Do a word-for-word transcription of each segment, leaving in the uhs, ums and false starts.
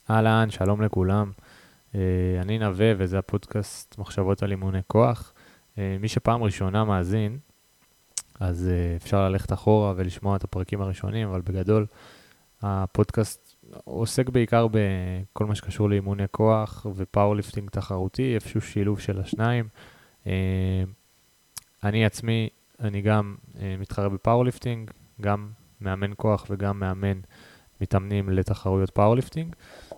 אהלן, שלום לכולם. אה, אני נווה וזה הפודקאסט מחשבות על אימוני כוח. אה, מי שפעם ראשונה מאזין, אז אה, אפשר ללכת אחורה ולשמוע את הפרקים הראשונים, אבל בגדול הפודקאסט עוסק בעיקר בכל מה שקשור לאימוני כוח ופאורליפטינג תחרותי, איפשהו שילוב של השניים. אה, אני עצמי, אני גם אה, מתחרה בפאורליפטינג, גם מאמן כוח וגם מאמן מתאמנים לתחרויות פאורליפטינג.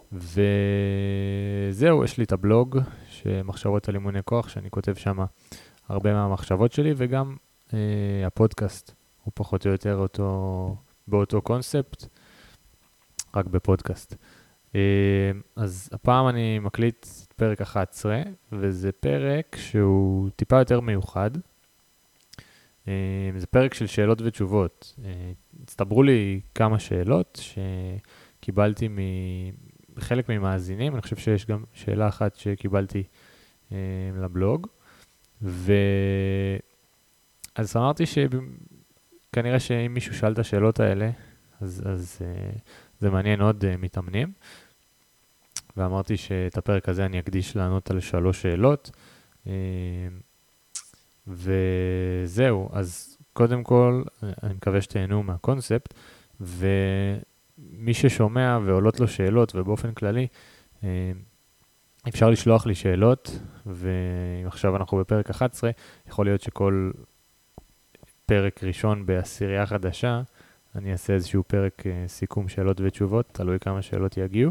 וזהו, יש לי את הבלוג, שמחשבות על אימוני כוח, שאני כותב שם הרבה מהמחשבות שלי, וגם אה, הפודקאסט הוא פחות או יותר אותו, באותו קונספט, רק בפודקאסט. אה, אז הפעם אני מקליט פרק אחת עשרה, וזה פרק שהוא טיפה יותר מיוחד. אה, זה פרק של שאלות ותשובות. אה, הצטברו לי כמה שאלות שקיבלתי מ... חלק ממאזינים, אני חושב שיש גם שאלה אחת שקיבלתי אה, לבלוג, ו... אז אמרתי שכנראה שאם מישהו שאל את השאלות האלה, אז, אז אה, זה מעניין עוד אה, מתאמנים, ואמרתי שאת הפרק הזה אני אקדיש לענות על שלוש שאלות, אה, וזהו, אז קודם כל, אני מקווה שתהנו מהקונספט, ומי ששומע ועולות לו שאלות, ובאופן כללי, אפשר לשלוח לי שאלות, ואם עכשיו אנחנו בפרק אחת עשרה, יכול להיות שכל פרק ראשון בעשירייה חדשה, אני אעשה איזשהו פרק סיכום שאלות ותשובות, תלוי כמה שאלות יגיעו.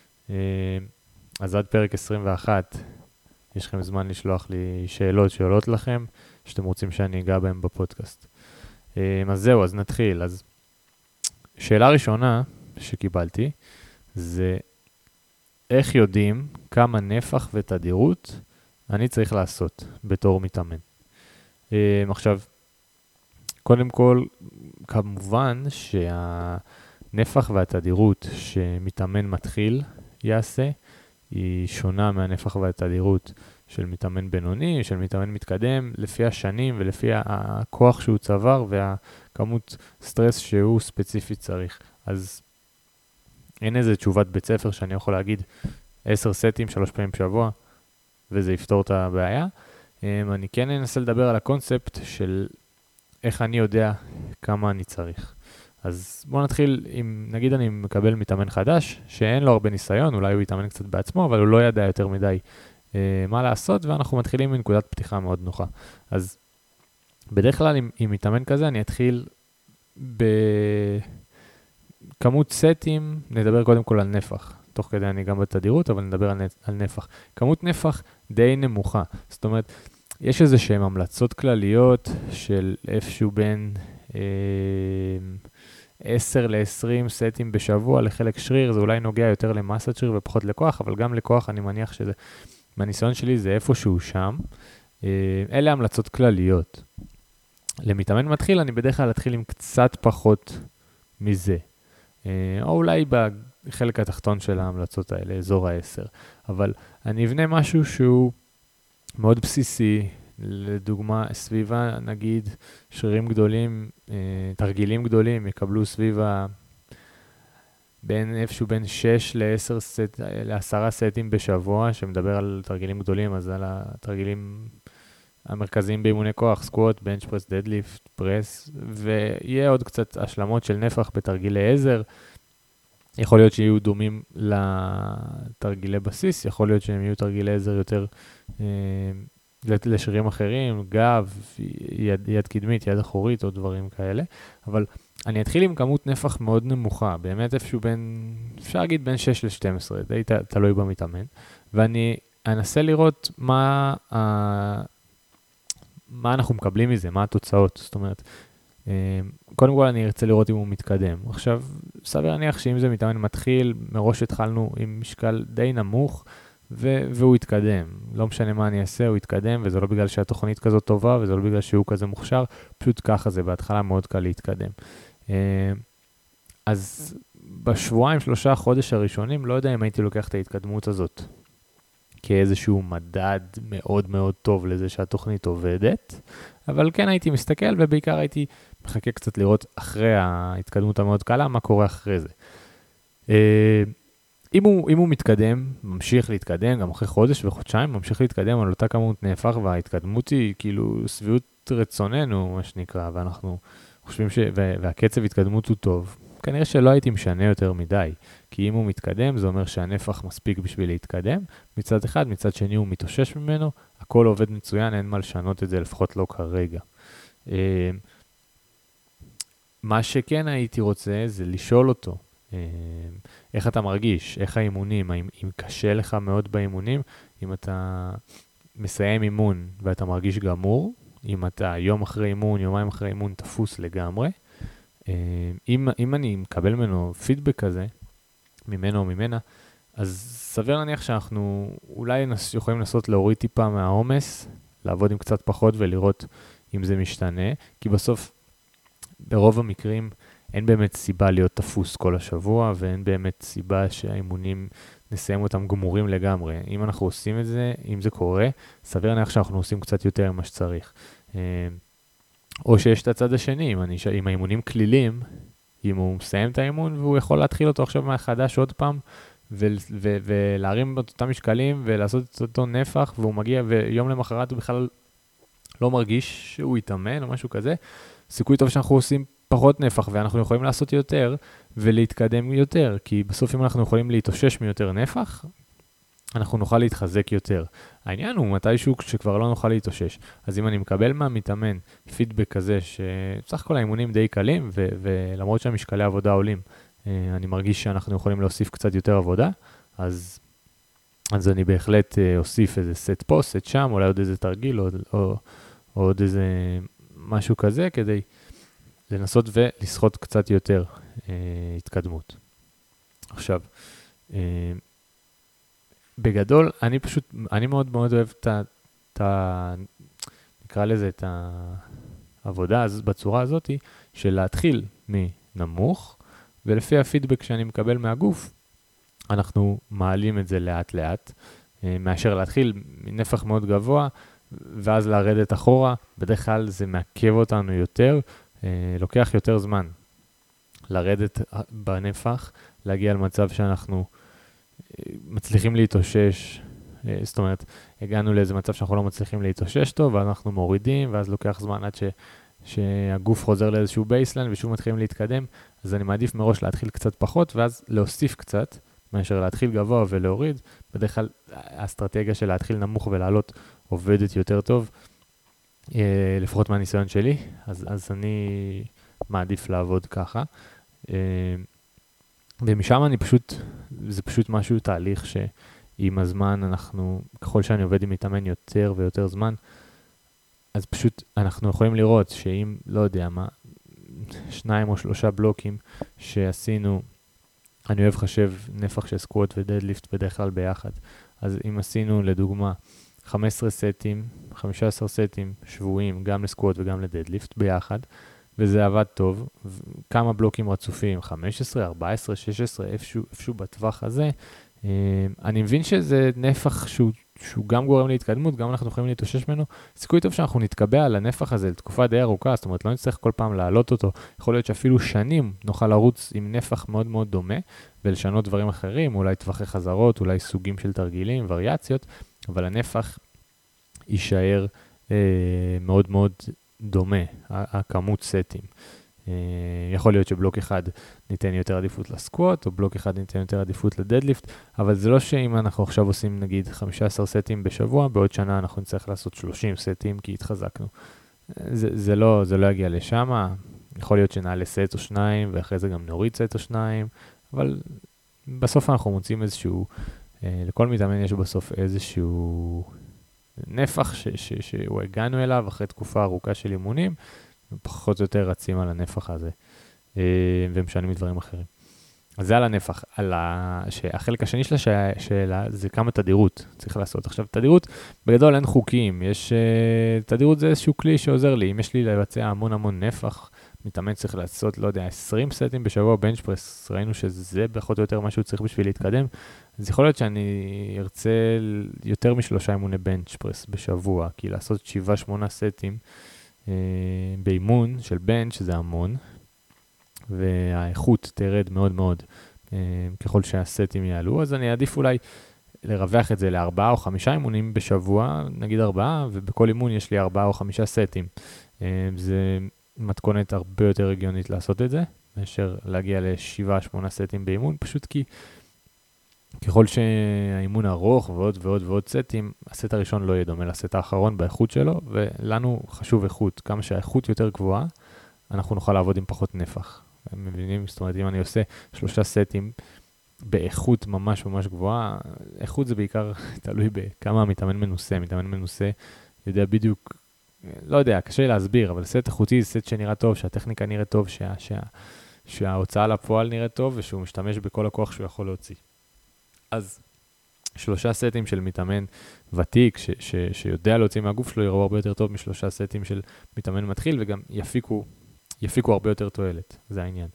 אז עד פרק עשרים ואחת, יש לכם זמן לשלוח לי שאלות שעולות לכם, שאתם רוצים שאני אגע בהם בפודקאסט. אז זהו, אז נתחיל. אז שאלה ראשונה שקיבלתי, זה איך יודעים כמה נפח ותדירות אני צריך לעשות בתור מתאמן. עכשיו, קודם כל, כמובן שהנפח והתדירות שמתאמן מתחיל יעשה, היא שונה מהנפח והתדירות של מתאמן בינוני, של מתאמן מתקדם, לפי השנים ולפי הכוח שהוא צבר והכמות סטרס שהוא ספציפית צריך. אז אין איזה תשובת בית ספר שאני יכול להגיד עשר סטים, שלוש פעמים בשבוע, וזה יפתור את הבעיה. אני כן אנסה לדבר על הקונספט של איך אני יודע כמה אני צריך. אז בואו נתחיל עם, נגיד אני מקבל מתאמן חדש, שאין לו הרבה ניסיון, אולי הוא יתאמן קצת בעצמו, אבל הוא לא ידע יותר מדי אה, מה לעשות, ואנחנו מתחילים מנקודת פתיחה מאוד נוחה. אז בדרך כלל עם, עם מתאמן כזה אני אתחיל בכמות סטים, נדבר קודם כל על נפח. תוך כדי אני גם בתדירות, אבל נדבר על, על נפח. כמות נפח די נמוכה. זאת אומרת, יש איזה שהן המלצות כלליות של איפשהו בין אה, עשר ל-עשרים סטים בשבוע לחלק שריר, זה אולי נוגע יותר למסת שריר ופחות לכוח, אבל גם לכוח אני מניח שזה, מהניסיון שלי זה איפשהו שם. אה, אלה המלצות כלליות. למתאמן מתחיל, אני בדרך כלל אתחיל עם קצת פחות מזה. אה, או אולי בחלק התחתון של ההמלצות האלה, אזור ה-עשר. אבל אני אבנה משהו שהוא מאוד בסיסי, לדוגמה, סביבה, נגיד, שרירים גדולים, תרגילים גדולים, יקבלו סביבה בין איפשהו בין שש לעשר סט, לעשרה סטים בשבוע, שמדבר על תרגילים גדולים, אז על התרגילים המרכזיים באימוני כוח, סקווט, בנץ' פרס, דדליפט, פרס, ויהיה עוד קצת השלמות של נפח בתרגילי עזר. יכול להיות שיהיו דומים לתרגילי בסיס, יכול להיות שהם יהיו תרגילי עזר יותר אה, לשרירים אחרים, גב, יד, יד קדמית, יד אחורית או דברים כאלה. אבל אני אתחיל עם כמות נפח מאוד נמוכה, באמת איפשהו בין, אפשר להגיד בין שש ל-שתים עשרה, די ת, תלוי במתאמן. ואני אנסה לראות מה, ה, מה אנחנו מקבלים מזה, מה התוצאות. זאת אומרת, קודם כל אני ארצה לראות אם הוא מתקדם. עכשיו, סביר להניח שאם זה מתאמן מתחיל, מראש התחלנו עם משקל די נמוך, ו- והוא יתקדם. לא משנה מה אני אעשה, הוא יתקדם, וזה לא בגלל שהתוכנית כזאת טובה, וזה לא בגלל שהוא כזה מוכשר, פשוט ככה זה, בהתחלה מאוד קל להתקדם. אז בשבועיים, שלושה חודש הראשונים, לא יודע אם הייתי לוקח את ההתקדמות הזאת כאיזשהו מדד מאוד מאוד טוב לזה שהתוכנית עובדת, אבל כן הייתי מסתכל, ובעיקר הייתי מחכה קצת לראות אחרי ההתקדמות המאוד קלה, מה קורה אחרי זה. אם הוא, אם הוא מתקדם, ממשיך להתקדם, גם אחרי חודש וחודשיים, ממשיך להתקדם על אותה כמות נפח, וההתקדמות היא כאילו סביעות רצוננו, מה שנקרא, ואנחנו חושבים ש... והקצב התקדמות הוא טוב, כנראה שלא הייתי משנה יותר מדי, כי אם הוא מתקדם, זה אומר שהנפח מספיק בשביל להתקדם, מצד אחד, מצד שני הוא מתאושש ממנו, הכל עובד מצוין, אין מה לשנות את זה, לפחות לא כרגע. מה שכן הייתי רוצה זה לשאול אותו, איך אתה מרגיש, איך האימונים, אם, אם קשה לך מאוד באימונים, אם אתה מסיים אימון ואתה מרגיש גמור, אם אתה יום אחרי אימון, יומיים אחרי אימון תפוס לגמרי, אם, אם אני מקבל ממנו פידבק כזה, ממנו או ממנה, אז סביר להניח שאנחנו אולי נס, יכולים לנסות להוריד טיפה מהעומס, לעבוד עם קצת פחות ולראות אם זה משתנה, כי בסוף ברוב המקרים אין באמת סיבה להיות תפוס כל השבוע, ואין באמת סיבה שהאימונים נסיים אותם גמורים לגמרי. אם אנחנו עושים את זה, אם זה קורה, סביר להניח שאנחנו עושים קצת יותר ממה שצריך. או שיש את הצד השני, אם, אני, אם האימונים כלילים, אם הוא מסיים את האימון והוא יכול להתחיל אותו עכשיו מהחדש עוד פעם, ו- ו- ולהרים את אותם משקלים ולעשות את אותו נפח, והוא מגיע ויום למחרת הוא בכלל לא מרגיש שהוא יתאמן או משהו כזה, סיכוי טוב שאנחנו עושים פחות נפח ואנחנו יכולים לעשות יותר ולהתקדם יותר, כי בסוף אם אנחנו יכולים להתאושש מיותר נפח, אנחנו נוכל להתחזק יותר. העניין הוא מתישהו שכבר לא נוכל להתאושש. אז אם אני מקבל מהמתאמן פידבק כזה, שסך הכל האימונים די קלים, ו- ולמרות שהמשקלי עבודה עולים, אני מרגיש שאנחנו יכולים להוסיף קצת יותר עבודה, אז, אז אני בהחלט אוסיף איזה סט פה, סט שם, אולי עוד איזה תרגיל, או, או, או עוד איזה משהו כזה, כדי לנסות ולסחוט קצת יותר אה, התקדמות. עכשיו, אה, בגדול, אני פשוט, אני מאוד מאוד אוהב את ה, את ה, נקרא לזה, את העבודה הז, בצורה הזאת, של להתחיל מנמוך, ולפי הפידבק שאני מקבל מהגוף, אנחנו מעלים את זה לאט לאט, מאשר להתחיל מנפח מאוד גבוה, ואז לרדת אחורה, בדרך כלל זה מעכב אותנו יותר, לוקח יותר זמן לרדת בנפח, להגיע למצב שאנחנו מצליחים להתאושש, זאת אומרת, הגענו לאיזה מצב שאנחנו לא מצליחים להתאושש טוב, ואנחנו מורידים, ואז לוקח זמן עד ש, שהגוף חוזר לאיזשהו בייסליין, ושוב מתחילים להתקדם, אז אני מעדיף מראש להתחיל קצת פחות, ואז להוסיף קצת, מאשר להתחיל גבוה ולהוריד. בדרך כלל, האסטרטגיה של להתחיל נמוך ולעלות עובדת יותר טוב, לפחות מהניסיון שלי, אז, אז אני מעדיף לעבוד ככה. ומשם אני פשוט, זה פשוט משהו, תהליך שעם הזמן אנחנו, ככל שאני עובד עם מתאמן יותר ויותר זמן, אז פשוט אנחנו יכולים לראות שאם, לא יודע מה, שניים או שלושה בלוקים שעשינו, אני אוהב חשב נפח של סקווט ודדליפט בדרך כלל ביחד. אז אם עשינו לדוגמה חמישה עשר סטים, חמישה עשר סטים שבועים, גם לסקווט וגם לדדליפט ביחד, וזה עבד טוב, כמה בלוקים רצופים, חמש עשרה, ארבע עשרה, שש עשרה, איפשהו, איפשהו בטווח הזה. אני מבין שזה נפח שהוא, שהוא גם גורם להתקדמות, גם אנחנו יכולים להתאושש ממנו. סיכוי טוב שאנחנו נתקבע על הנפח הזה לתקופה די ארוכה, זאת אומרת, לא נצטרך כל פעם להעלות אותו. יכול להיות שאפילו שנים נוכל לרוץ עם נפח מאוד מאוד דומה, ולשנות דברים אחרים, אולי טווחי חזרות, אולי סוגים של תרגילים, וריאציות, אבל הנפח יישאר אה, מאוד מאוד דומה, הכמות סטים. יכול להיות שבלוק אחד ניתן יותר עדיפות לסקווט, או בלוק אחד ניתן יותר עדיפות לדדליפט, אבל זה לא שאם אנחנו עכשיו עושים נגיד חמישה עשר סטים בשבוע, בעוד שנה אנחנו נצטרך לעשות שלושים סטים כי התחזקנו. זה, זה לא, זה לא יגיע לשם, יכול להיות שנעלה סט או שניים, ואחרי זה גם נוריד סט או שניים, אבל בסוף אנחנו מוצאים איזשהו, לכל מתאמן יש בסוף איזשהו נפח ש, ש, שהוא הגענו אליו אחרי תקופה ארוכה של אימונים, ופחות או יותר רצים על הנפח הזה, ומשנים דברים אחרים. אז זה על הנפח. על ה... החלק השני של השאלה זה כמה תדירות צריך לעשות. עכשיו, תדירות, בגדול אין חוקים. יש, תדירות זה איזשהו כלי שעוזר לי. אם יש לי לבצע המון המון נפח, מתאמן צריך לעשות, לא יודע, עשרים סטים בשבוע בנץ' פרס, ראינו שזה פחות או יותר משהו צריך בשביל להתקדם, אז יכול להיות שאני ארצה יותר משלושה אימוני בנץ' פרס בשבוע, כי לעשות שבעה שמונה סטים אה, באימון של בנץ' זה המון, והאיכות תרד מאוד מאוד ככל שהסטים יעלו, אז אני אעדיף אולי לרווח את זה לארבעה או חמישה אימונים בשבוע, נגיד ארבעה, ובכל אימון יש לי ארבעה או חמישה סטים. זה מתכונת הרבה יותר הגיונית לעשות את זה, מאשר להגיע לשבעה, שמונה סטים באימון, פשוט כי ככל שהאימון ארוך ועוד ועוד ועוד סטים, הסט הראשון לא יהיה דומה לסט האחרון באיכות שלו, ולנו חשוב איכות. כמה שהאיכות יותר גבוהה, אנחנו נוכל לעבוד עם פחות נפח. הם מבינים? זאת אומרת, אם אני עושה שלושה סטים באיכות ממש ממש גבוהה, איכות זה בעיקר תלוי בכמה המתאמן מנוסה. מתאמן מנוסה יודע בדיוק, לא יודע, קשה להסביר, אבל סט איכותי זה סט שנראה טוב, שהטכניקה נראית טוב, שה, שה, שההוצאה לפועל נראית טוב, ושהוא משתמש בכל הכוח שהוא יכול להוציא. אז שלושה סטים של מתאמן ותיק, ש, ש, שיודע להוציא מהגוף שלו, יראו הרבה יותר טוב משלושה סטים של מתאמן מתחיל, וגם יפיקו, יפיקו הרבה יותר תועלת, זה העניין.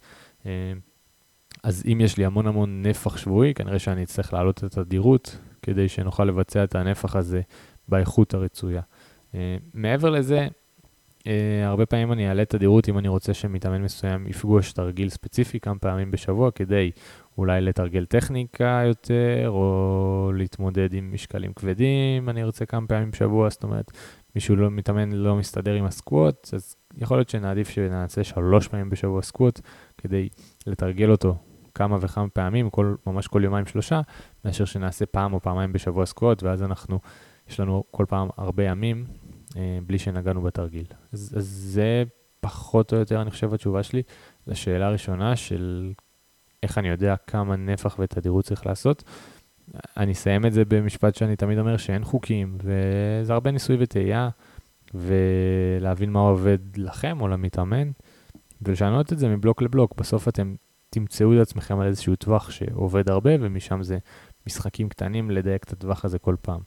אז אם יש לי המון המון נפח שבועי, כנראה שאני אצטרך להעלות את התדירות, כדי שנוכל לבצע את הנפח הזה באיכות הרצויה. מעבר לזה, הרבה פעמים אני אעלה את התדירות אם אני רוצה שמתאמן מסוים יפגוש תרגיל ספציפי כמה פעמים בשבוע, כדי אולי לתרגל טכניקה יותר, או להתמודד עם משקלים כבדים, אני ארצה כמה פעמים בשבוע, זאת אומרת, מישהו לא מתאמן, לא מסתדר עם הסקווט, אז יכול להיות שנעדיף שנעשה שלוש פעמים בשבוע סקווט, כדי לתרגל אותו כמה וכמה פעמים, כל, ממש כל יומיים שלושה, מאשר שנעשה פעם או פעמיים בשבוע סקווט, ואז אנחנו, יש לנו כל פעם הרבה ימים, אה, בלי שנגענו בתרגיל. אז, אז זה פחות או יותר, אני חושב, התשובה שלי, לשאלה הראשונה של איך אני יודע כמה נפח ותדירות צריך לעשות. אני אסיים את זה במשפט שאני תמיד אומר שאין חוקים, וזה הרבה ניסוי וטעייה, ולהבין מה עובד לכם או למתאמן, ולשנות את זה מבלוק לבלוק. בסוף אתם תמצאו את עצמכם על איזשהו טווח שעובד הרבה, ומשם זה משחקים קטנים לדייק את הטווח הזה כל פעם.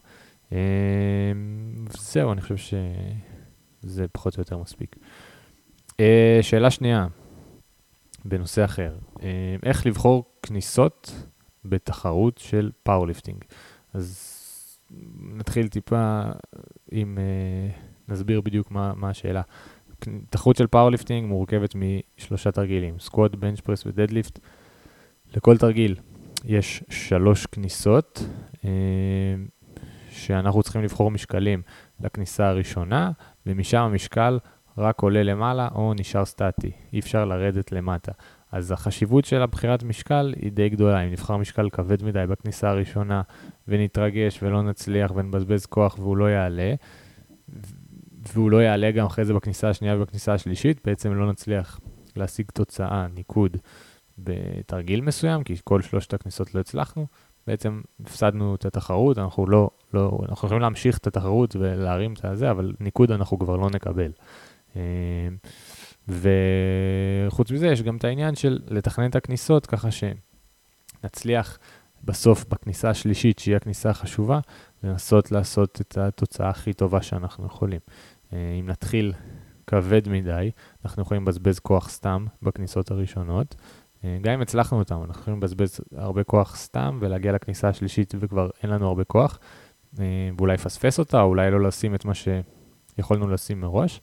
זהו, אני חושב שזה פחות או יותר מספיק. שאלה שנייה, בנושא אחר, איך לבחור כניסות בתחרות של פאורליפטינג. אז נתחיל טיפה אם נסביר בדיוק מה, מה השאלה. תחרות של פאורליפטינג מורכבת משלושה תרגילים, סקוואט, בנץ' פרס ודדליפט. לכל תרגיל יש שלוש כניסות, שאנחנו צריכים לבחור משקלים לכניסה הראשונה, ומשם המשקל רק עולה למעלה או נשאר סטטי. אי אפשר לרדת למטה. אז החשיבות של הבחירת משקל היא די גדולה. אם נבחר משקל כבד מדי בכניסה הראשונה ונתרגש ולא נצליח ונבזבז כוח והוא לא יעלה, והוא לא יעלה גם אחרי זה בכניסה השנייה ובכניסה השלישית, בעצם לא נצליח להשיג תוצאה, ניקוד בתרגיל מסוים, כי כל שלושת הכניסות לא הצלחנו, בעצם הפסדנו את התחרות, אנחנו לא, לא, אנחנו יכולים להמשיך את התחרות ולהרים את זה, אבל ניקוד אנחנו כבר לא נקבל. וחוץ מזה יש גם את העניין של לתכנן את הכניסות, ככה שנצליח בסוף בכניסה השלישית, שהיא הכניסה החשובה, לנסות לעשות את התוצאה הכי טובה שאנחנו יכולים. אם נתחיל כבד מדי, אנחנו יכולים לבזבז כוח סתם בכניסות הראשונות. גם אם הצלחנו אותם, אנחנו יכולים לבזבז הרבה כוח סתם ולהגיע לכניסה השלישית וכבר אין לנו הרבה כוח, ואולי פספס אותה, או אולי לא לשים את מה שיכולנו לשים מראש.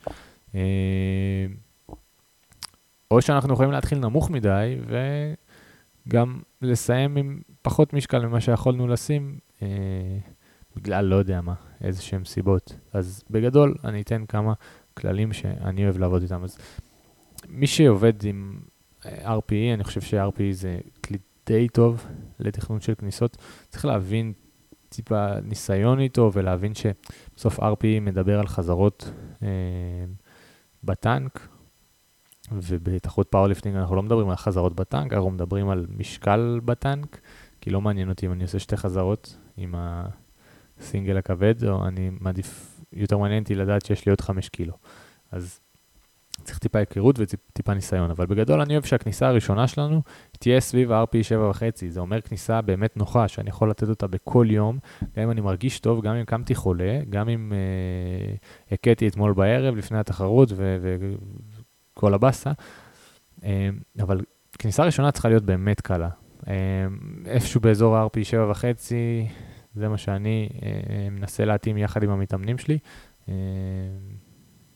או שאנחנו יכולים להתחיל נמוך מדי, וגם לסיים עם פחות משקל ממה שיכולנו לשים, בגלל לא יודע מה, איזה שהם סיבות. אז בגדול אני אתן כמה כללים שאני אוהב לעבוד איתם. אז מי שעובד עם אר פי אי, אני חושב ש-אר פי אי זה כלי די טוב לתכנון של כניסות. צריך להבין טיפה ניסיון איתו, ולהבין שבסוף אר פי אי מדבר על חזרות אה, בטנק, ובתחרות פאורליפטינג אנחנו לא מדברים על חזרות בטנק, אנחנו מדברים על משקל בטנק, כי לא מעניין אותי אם אני עושה שתי חזרות עם הסינגל הכבד, או אני מעדיף, יותר מעניין אותי לדעת שיש לי עוד חמש קילו. אז צריך טיפה היכרות וטיפה ניסיון, אבל בגדול אני אוהב שהכניסה הראשונה שלנו תהיה סביב ה-אר פי אי שבע וחצי, זה אומר כניסה באמת נוחה, שאני יכול לתת אותה בכל יום, גם אם אני מרגיש טוב, גם אם קמתי חולה, גם אם אה, הקטתי אתמול בערב לפני התחרות וכל הבאסה, אה, אבל כניסה ראשונה צריכה להיות באמת קלה. אה, איפשהו באזור ה-אר פי אי שבע וחצי, זה מה שאני אה, מנסה להתאים יחד עם המתאמנים שלי, אה,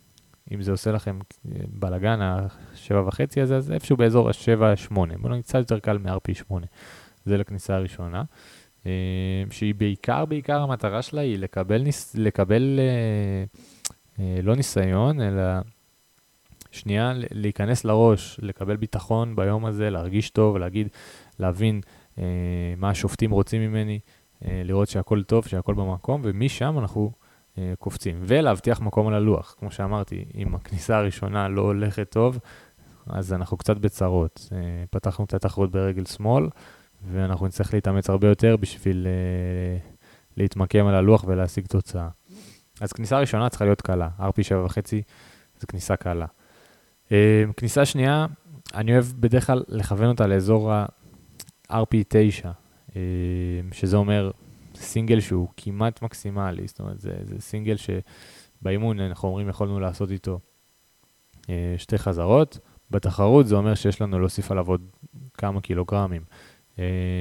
אם זה עושה לכם בלגן, ה-שבע וחצי הזה, אז איפשהו באזור ה-שבע שמונה. בואו נגיד קצת יותר קל מ-אר פי שמונה. זה לכניסה הראשונה. שהיא בעיקר, בעיקר המטרה שלה היא לקבל, ניס, לקבל אה, אה, לא ניסיון, אלא שנייה, להיכנס לראש, לקבל ביטחון ביום הזה, להרגיש טוב, להגיד, להבין אה, מה השופטים רוצים ממני, אה, לראות שהכל טוב, שהכל במקום, ומשם אנחנו אה, קופצים. ולהבטיח מקום על הלוח. כמו שאמרתי, אם הכניסה הראשונה לא הולכת טוב, אז אנחנו קצת בצרות. אה, פתחנו את התחרות ברגל שמאל, ואנחנו נצטרך להתאמץ הרבה יותר בשביל uh, להתמקם על הלוח ולהשיג תוצאה. אז כניסה ראשונה צריכה להיות קלה. אר פי שבע וחצי זה כניסה קלה. Uh, כניסה שנייה, אני אוהב בדרך כלל לכוון אותה לאזור ה-אר פי תשע, uh, שזה אומר סינגל שהוא כמעט מקסימלי. זאת אומרת, זה, זה סינגל שבאימון אנחנו אומרים יכולנו לעשות איתו uh, שתי חזרות. בתחרות זה אומר שיש לנו להוסיף עליו עוד כמה קילוגרמים. Uh,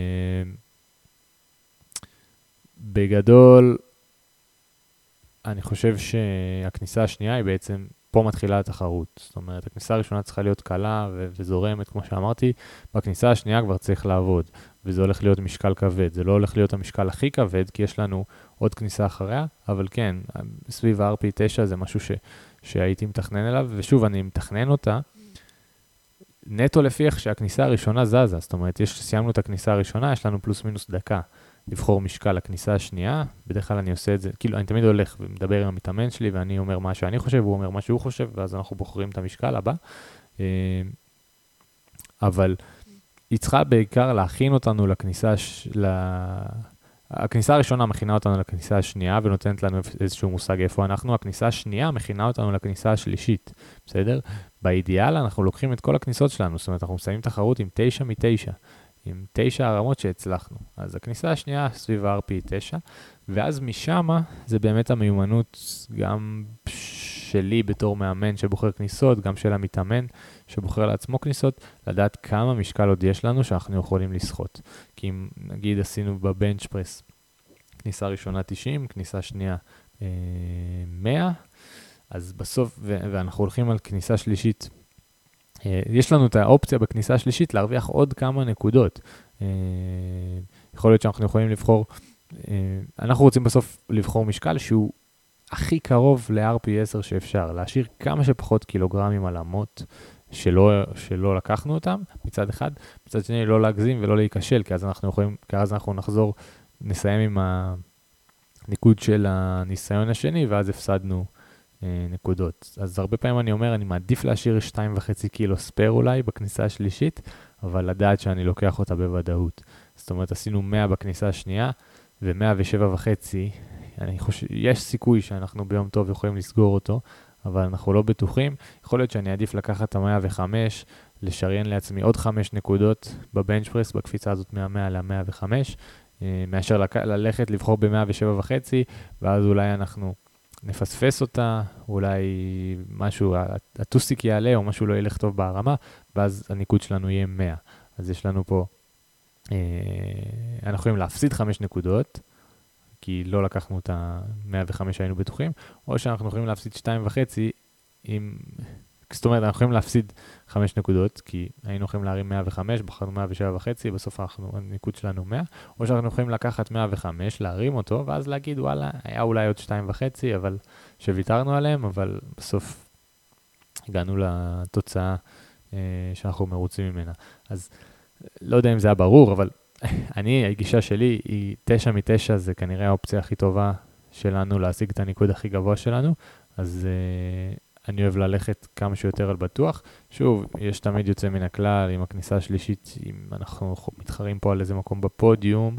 בגדול, אני חושב שהכניסה השנייה היא בעצם, פה מתחילה התחרות. זאת אומרת, הכניסה הראשונה צריכה להיות קלה ו- וזורמת, כמו שאמרתי, בכניסה השנייה כבר צריך לעבוד, וזה הולך להיות משקל כבד. זה לא הולך להיות המשקל הכי כבד, כי יש לנו עוד כניסה אחריה, אבל כן, סביב ה-אר פי תשע זה משהו ש- שהייתי מתכנן אליו, ושוב, אני מתכנן אותה, נטו לפי איך שהכניסה הראשונה זזה, זאת אומרת, יש, סיימנו את הכניסה הראשונה, יש לנו פלוס מינוס דקה לבחור משקל לכניסה השנייה, בדרך כלל אני עושה את זה, כאילו, אני תמיד הולך ומדבר עם המתאמן שלי, ואני אומר מה שאני חושב, הוא אומר מה שהוא חושב, ואז אנחנו בוחרים את המשקל הבא. אבל היא צריכה בעיקר להכין אותנו לכניסה, ש... ל... הכניסה הראשונה מכינה אותנו לכניסה השנייה, ונותנת לנו איזשהו מושג איפה אנחנו. הכניסה השנייה מכינה אותנו לכניסה השלישית, בסדר? באידיאל אנחנו לוקחים את כל הכניסות שלנו, זאת אומרת, אנחנו מסיימים תחרות עם תשע מתשע, עם תשע הרמות שהצלחנו. אז הכניסה השנייה סביב ה-אר פי תשע, ואז משם זה באמת המיומנות גם שלי בתור מאמן שבוחר כניסות, גם של המתאמן שבוחר לעצמו כניסות, לדעת כמה משקל עוד יש לנו שאנחנו יכולים לשחות. כי אם נגיד עשינו בבנץ' פרס כניסה ראשונה תשעים, כניסה שנייה אה, מאה, אז בסוף, ו- ואנחנו הולכים על כניסה שלישית, אה, יש לנו את האופציה בכניסה שלישית להרוויח עוד כמה נקודות. אה, יכול להיות שאנחנו יכולים לבחור, אה, אנחנו רוצים בסוף לבחור משקל שהוא הכי קרוב ל-אר פי עשר שאפשר, להשאיר כמה שפחות קילוגרמים על המות שלא, שלא לקחנו אותם, מצד אחד, מצד שני לא להגזים ולא להיכשל, כי אז אנחנו יכולים, כי אז אנחנו נחזור, נסיים עם הניקוד של הניסיון השני, ואז הפסדנו אה, נקודות. אז הרבה פעמים אני אומר, אני מעדיף להשאיר שתיים וחצי קילו ספר אולי בכניסה השלישית, אבל לדעת שאני לוקח אותה בוודאות. זאת אומרת, עשינו מאה בכניסה השנייה, ו-מאה ושבע וחצי, אני חושב, יש סיכוי שאנחנו ביום טוב יכולים לסגור אותו, אבל אנחנו לא בטוחים. יכול להיות שאני עדיף לקחת את ה-מאה וחמש, לשריין לעצמי עוד חמש נקודות בבנץ' פרס, בקפיצה הזאת מה-מאה ל-מאה וחמש, מאשר לק... ללכת לבחור ב-מאה ושבע וחצי, ואז אולי אנחנו נפספס אותה, אולי משהו, הטוסיק יעלה או משהו לא ילך טוב בהרמה, ואז הניקוד שלנו יהיה מאה. אז יש לנו פה, אה, אנחנו יכולים להפסיד חמש נקודות, כי לא לקחנו את ה-מאה וחמש שהיינו בטוחים, או שאנחנו יכולים להפסיד שתיים וחצי, עם... זאת אומרת, אנחנו יכולים להפסיד חמש נקודות, כי היינו יכולים להרים מאה וחמש, בחרנו מאה ושבע וחצי, בסוף אנחנו, הניקוד שלנו מאה, או שאנחנו יכולים לקחת מאה וחמש, להרים אותו, ואז להגיד, וואלה, היה אולי עוד שתיים וחצי, אבל שוויתרנו עליהם, אבל בסוף הגענו לתוצאה אה, שאנחנו מרוצים ממנה. אז לא יודע אם זה היה ברור, אבל אני, הגישה שלי היא תשע מתשע, זה כנראה האופציה הכי טובה שלנו להשיג את הניקוד הכי גבוה שלנו, אז uh, אני אוהב ללכת כמה שיותר על בטוח. שוב, יש תמיד יוצא מן הכלל, עם הכניסה השלישית, אם אנחנו מתחרים פה על איזה מקום בפודיום,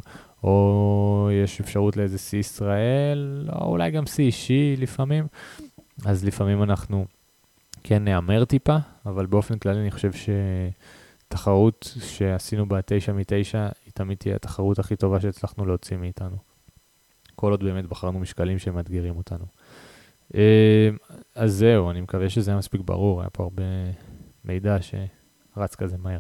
או יש אפשרות לאיזה סי ישראל, או אולי גם סי אישי לפעמים, אז לפעמים אנחנו כן נאמר טיפה, אבל באופן כללי אני חושב ש... תחרות שעשינו בה-תשע מתשע, היא תמיד תהיה התחרות הכי טובה שהצלחנו להוציא מאיתנו. כל עוד באמת בחרנו משקלים שמאתגרים אותנו. אז זהו, אני מקווה שזה היה מספיק ברור, היה פה הרבה מידע שרץ כזה מהר.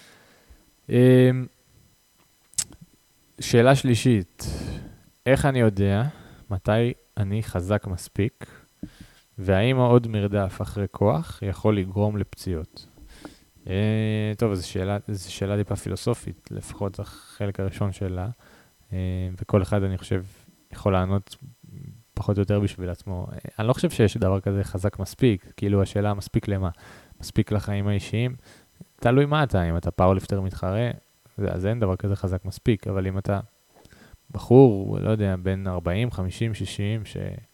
שאלה שלישית, איך אני יודע מתי אני חזק מספיק והאם עוד מרדף אחרי כוח יכול לגרום לפציעות? אה, טוב, זו שאלה, זו שאלה טיפה פילוסופית, לפחות החלק הראשון שלה, אה, וכל אחד, אני חושב, יכול לענות פחות או יותר בשביל עצמו. אה, אני לא חושב שיש דבר כזה חזק מספיק, כאילו השאלה מספיק למה? מספיק לחיים האישיים? תלוי מה אתה, אם אתה פאורליפטר מתחרה, אז אין דבר כזה חזק מספיק, אבל אם אתה בחור, לא יודע, בין ארבעים, חמישים, שישים,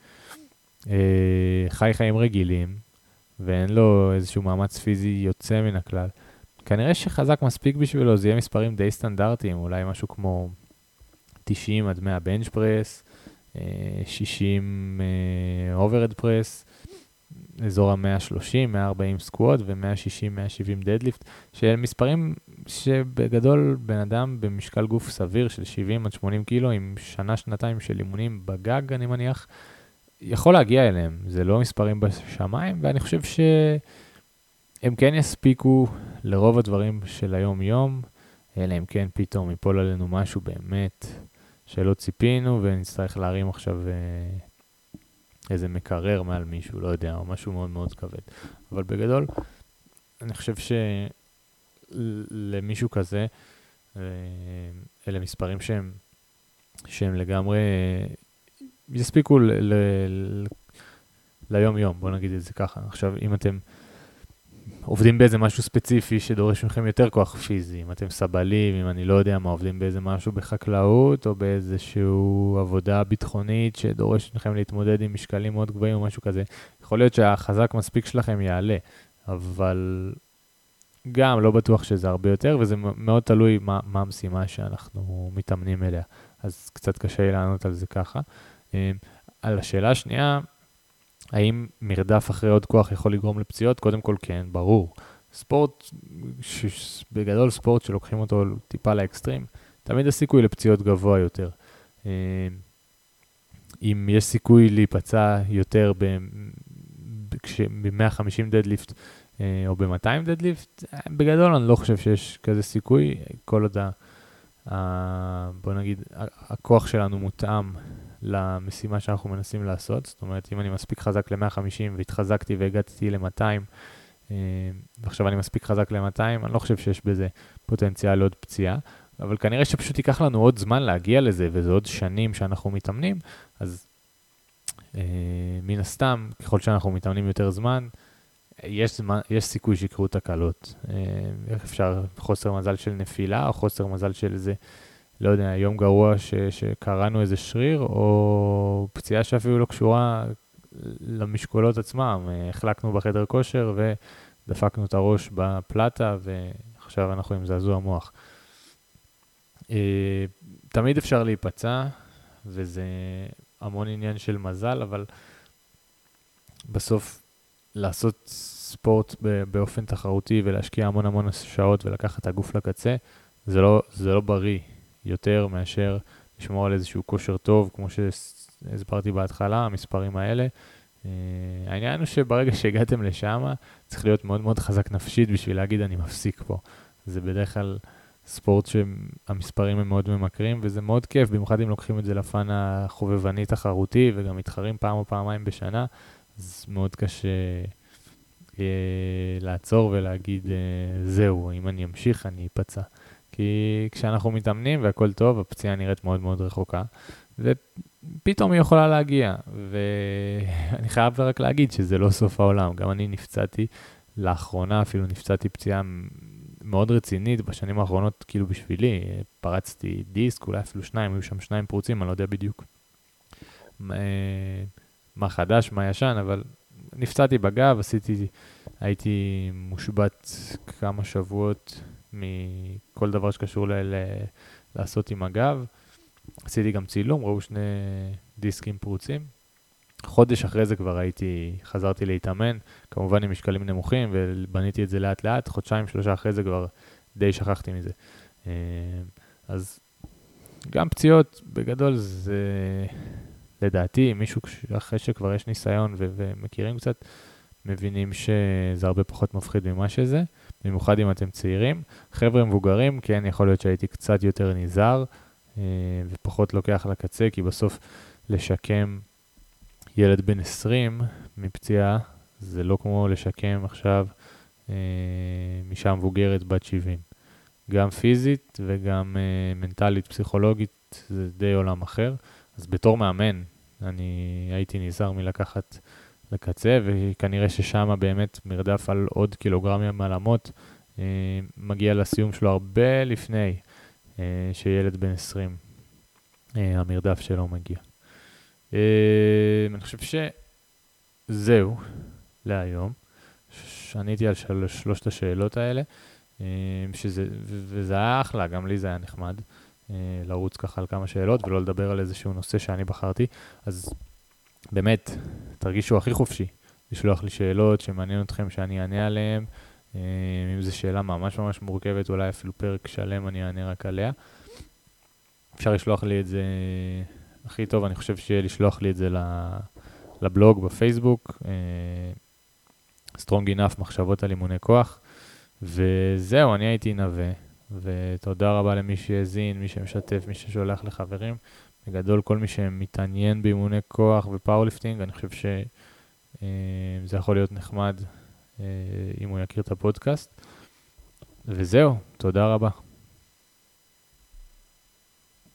שחי חיים רגילים, ואין לו איזשהו מאמץ פיזי יוצא מן הכלל, כנראה שחזק מספיק בשבילו, זה יהיה מספרים די סטנדרטיים, אולי משהו כמו תשעים עד מאה בנץ' פרס, שישים אוברד פרס, אזור ה-מאה שלושים, מאה ארבעים סקוואט ו-מאה שישים מאה שבעים דדליפט, שהם מספרים שבגדול בן אדם במשקל גוף סביר של שבעים עד שמונים קילו, עם שנה, שנתיים של אימונים בגג, אני מניח, יכול להגיע אליהם. זה לא מספרים בשמיים, ואני חושב שהם כן יספיקו לרוב הדברים של היום-יום, אלא אם כן פתאום ייפול עלינו משהו באמת שלא ציפינו, ונצטרך להרים עכשיו איזה מקרר מעל מישהו, לא יודע, או משהו מאוד מאוד כבד. אבל בגדול, אני חושב שלמישהו כזה, אלה מספרים שהם, שהם לגמרי יספיקו ל- ל- ל- ליום יום, בוא נגיד את זה ככה. עכשיו, אם אתם עובדים באיזה משהו ספציפי שדורש מכם יותר כוח פיזי, אם אתם סבלים, אם אני לא יודע מה, עובדים באיזה משהו בחקלאות, או באיזשהו עבודה ביטחונית שדורש מכם להתמודד עם משקלים מאוד גבוהים או משהו כזה, יכול להיות שהחזק מספיק שלכם יעלה, אבל גם לא בטוח שזה הרבה יותר, וזה מאוד תלוי מה, מה המשימה שאנחנו מתאמנים אליה. אז קצת קשה לי לענות על זה ככה. על השאלה השנייה, האם מרדף אחרי עוד כוח יכול לגרום לפציעות? קודם כל כן, ברור. ספורט, ש... בגדול ספורט שלוקחים אותו טיפה לאקסטרים, תמיד הסיכוי לפציעות גבוה יותר. אם יש סיכוי להיפצע יותר ב-מאה וחמישים דדליפט או ב-מאתיים דדליפט, בגדול אני לא חושב שיש כזה סיכוי, כל עוד ה... בוא נגיד, הכוח שלנו מותאם למשימה שאנחנו מנסים לעשות. זאת אומרת, אם אני מספיק חזק ל-מאה וחמישים והתחזקתי והגעתי ל-מאתיים, ועכשיו אני מספיק חזק ל-מאתיים, אני לא חושב שיש בזה פוטנציאל עוד פציעה, אבל כנראה שפשוט ייקח לנו עוד זמן להגיע לזה, וזה עוד שנים שאנחנו מתאמנים, אז מן הסתם, ככל שאנחנו מתאמנים יותר זמן, יש, זמן, יש סיכוי שיקרו תקלות. איך אפשר, חוסר מזל של נפילה, או חוסר מזל של איזה, לא יודע, יום גרוע ש, שקראנו איזה שריר, או פציעה שאפילו לא קשורה למשקולות עצמם. החלקנו בחדר כושר ודפקנו את הראש בפלטה, ועכשיו אנחנו עם זעזוע מוח. תמיד אפשר להיפצע, וזה המון עניין של מזל, אבל בסוף לעשות ספורט באופן תחרותי ולהשקיע המון המון שעות ולקחת את הגוף לקצה, זה לא, זה לא בריא יותר מאשר לשמור על איזשהו כושר טוב, כמו שהסברתי בהתחלה, המספרים האלה. העניין הוא שברגע שהגעתם לשם, צריך להיות מאוד מאוד חזק נפשית בשביל להגיד אני מפסיק פה. זה בדרך כלל ספורט שהמספרים הם מאוד ממכרים, וזה מאוד כיף, במיוחד אם לוקחים את זה לפן החובבני תחרותי, וגם מתחרים פעם או פעמיים בשנה, אז מאוד קשה אה, לעצור ולהגיד, אה, זהו, אם אני אמשיך, אני אפצע. כי כשאנחנו מתאמנים והכל טוב, הפציעה נראית מאוד מאוד רחוקה, ופתאום היא יכולה להגיע. ואני חייב רק להגיד שזה לא סוף העולם. גם אני נפצעתי לאחרונה, אפילו נפצעתי פציעה מאוד רצינית בשנים האחרונות, כאילו בשבילי, פרצתי דיסק, אולי אפילו שניים, היו שם שניים פרוצים, אני לא יודע בדיוק מה חדש, מה ישן, אבל נפצעתי בגב, עשיתי, הייתי מושבת כמה שבועות מכל דבר שקשור ל- ל- לעשות עם הגב. עשיתי גם צילום, ראו שני דיסקים פרוצים. חודש אחרי זה כבר הייתי, חזרתי להתאמן, כמובן עם משקלים נמוכים, ובניתי את זה לאט לאט. חודשיים, שלושה אחרי זה כבר די שכחתי מזה. אז גם פציעות, בגדול זה, לדעתי, מישהו אחרי שכבר יש ניסיון ו- ומכירים קצת, מבינים שזה הרבה פחות מפחיד ממה שזה, במיוחד אם אתם צעירים. חבר'ה מבוגרים, כן, יכול להיות שהייתי קצת יותר נזהר, ופחות לוקח לקצה, כי בסוף לשקם ילד בן עשרים מפציעה, זה לא כמו לשקם עכשיו אה, משם מבוגרת בת שבעים. גם פיזית וגם אה, מנטלית, פסיכולוגית, זה די עולם אחר. אז בתור מאמן, אני הייתי נזהר מלקחת לקצה, וכנראה ששם באמת מרדף על עוד קילוגרמים על אמות, אה, מגיע לסיום שלו הרבה לפני אה, שילד בן עשרים, אה, המרדף שלו מגיע. אה, אני חושב שזהו להיום. עניתי על של, שלושת השאלות האלה, אה, שזה, ו- וזה היה אחלה, גם לי זה היה נחמד, אה, לרוץ ככה על כמה שאלות ולא לדבר על איזשהו נושא שאני בחרתי. אז באמת, תרגישו הכי חופשי לשלוח לי שאלות שמעניין אתכם שאני אענה עליהן. אם זו שאלה ממש ממש מורכבת, אולי אפילו פרק שלם אני אענה רק עליה. אפשר לשלוח לי את זה הכי טוב, אני חושב שיהיה לשלוח לי את זה לבלוג בפייסבוק, Strong Enough, מחשבות על אימוני כוח. וזהו, אני הייתי נווה, ותודה רבה למי שהזין, מי שמשתף, מי ששולח לחברים. בגדול, כל מי שמתעניין באימוני כוח ופאורליפטינג, אני חושב שזה יכול להיות נחמד אם הוא יכיר את הפודקאסט. וזהו, תודה רבה.